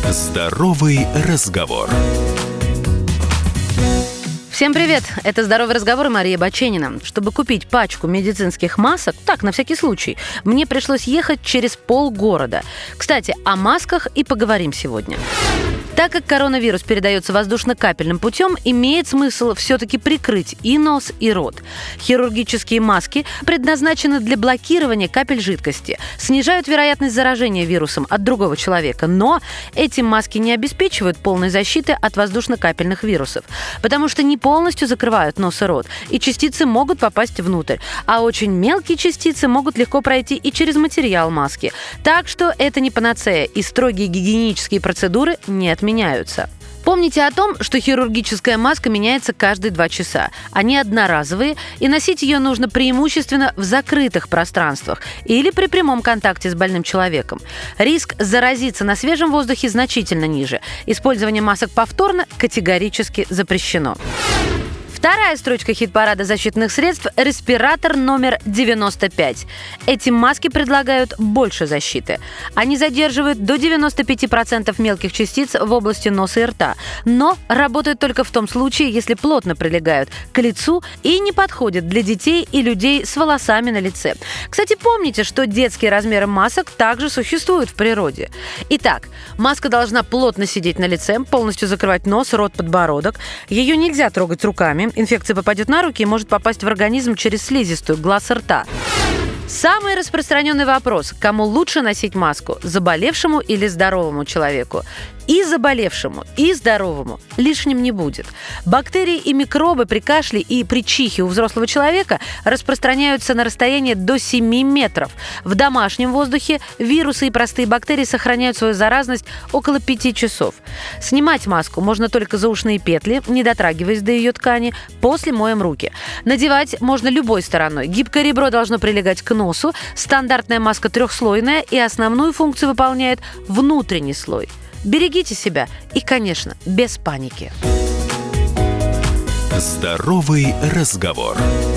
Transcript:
Здоровый разговор. Всем привет! Это «Здоровый разговор» и Мария Баченина. Чтобы купить пачку медицинских масок, так, на всякий случай, мне пришлось ехать через полгорода. Кстати, о масках и поговорим сегодня. Так как коронавирус передается воздушно-капельным путем, имеет смысл все-таки прикрыть и нос, и рот. Хирургические маски предназначены для блокирования капель жидкости, снижают вероятность заражения вирусом от другого человека, но эти маски не обеспечивают полной защиты от воздушно-капельных вирусов, потому что не полностью закрывают нос и рот, и частицы могут попасть внутрь, а очень мелкие частицы могут легко пройти и через материал маски. Так что это не панацея, и строгие гигиенические процедуры не отменяются. Помните о том, что хирургическая маска меняется каждые 2 часа. Они одноразовые, и носить ее нужно преимущественно в закрытых пространствах или при прямом контакте с больным человеком. Риск заразиться на свежем воздухе значительно ниже. Использование масок повторно категорически запрещено. Вторая строчка хит-парада защитных средств – респиратор номер 95. Эти маски предлагают больше защиты. Они задерживают до 95% мелких частиц в области носа и рта, но работают только в том случае, если плотно прилегают к лицу и не подходят для детей и людей с волосами на лице. Кстати, помните, что детские размеры масок также существуют в природе. Итак, маска должна плотно сидеть на лице, полностью закрывать нос, рот, подбородок. Ее нельзя трогать руками. Инфекция попадет на руки и может попасть в организм через слизистую, глаз и рта. Самый распространенный вопрос – кому лучше носить маску – заболевшему или здоровому человеку? И заболевшему, и здоровому лишним не будет. Бактерии и микробы при кашле и при чихе у взрослого человека распространяются на расстояние до 7 метров. В домашнем воздухе вирусы и простые бактерии сохраняют свою заразность около 5 часов. Снимать маску можно только за ушные петли, не дотрагиваясь до ее ткани, после моем руки. Надевать можно любой стороной. Гибкое ребро должно прилегать к носу, стандартная маска трехслойная и основную функцию выполняет внутренний слой. Берегите себя и, конечно, без паники. Здоровый разговор.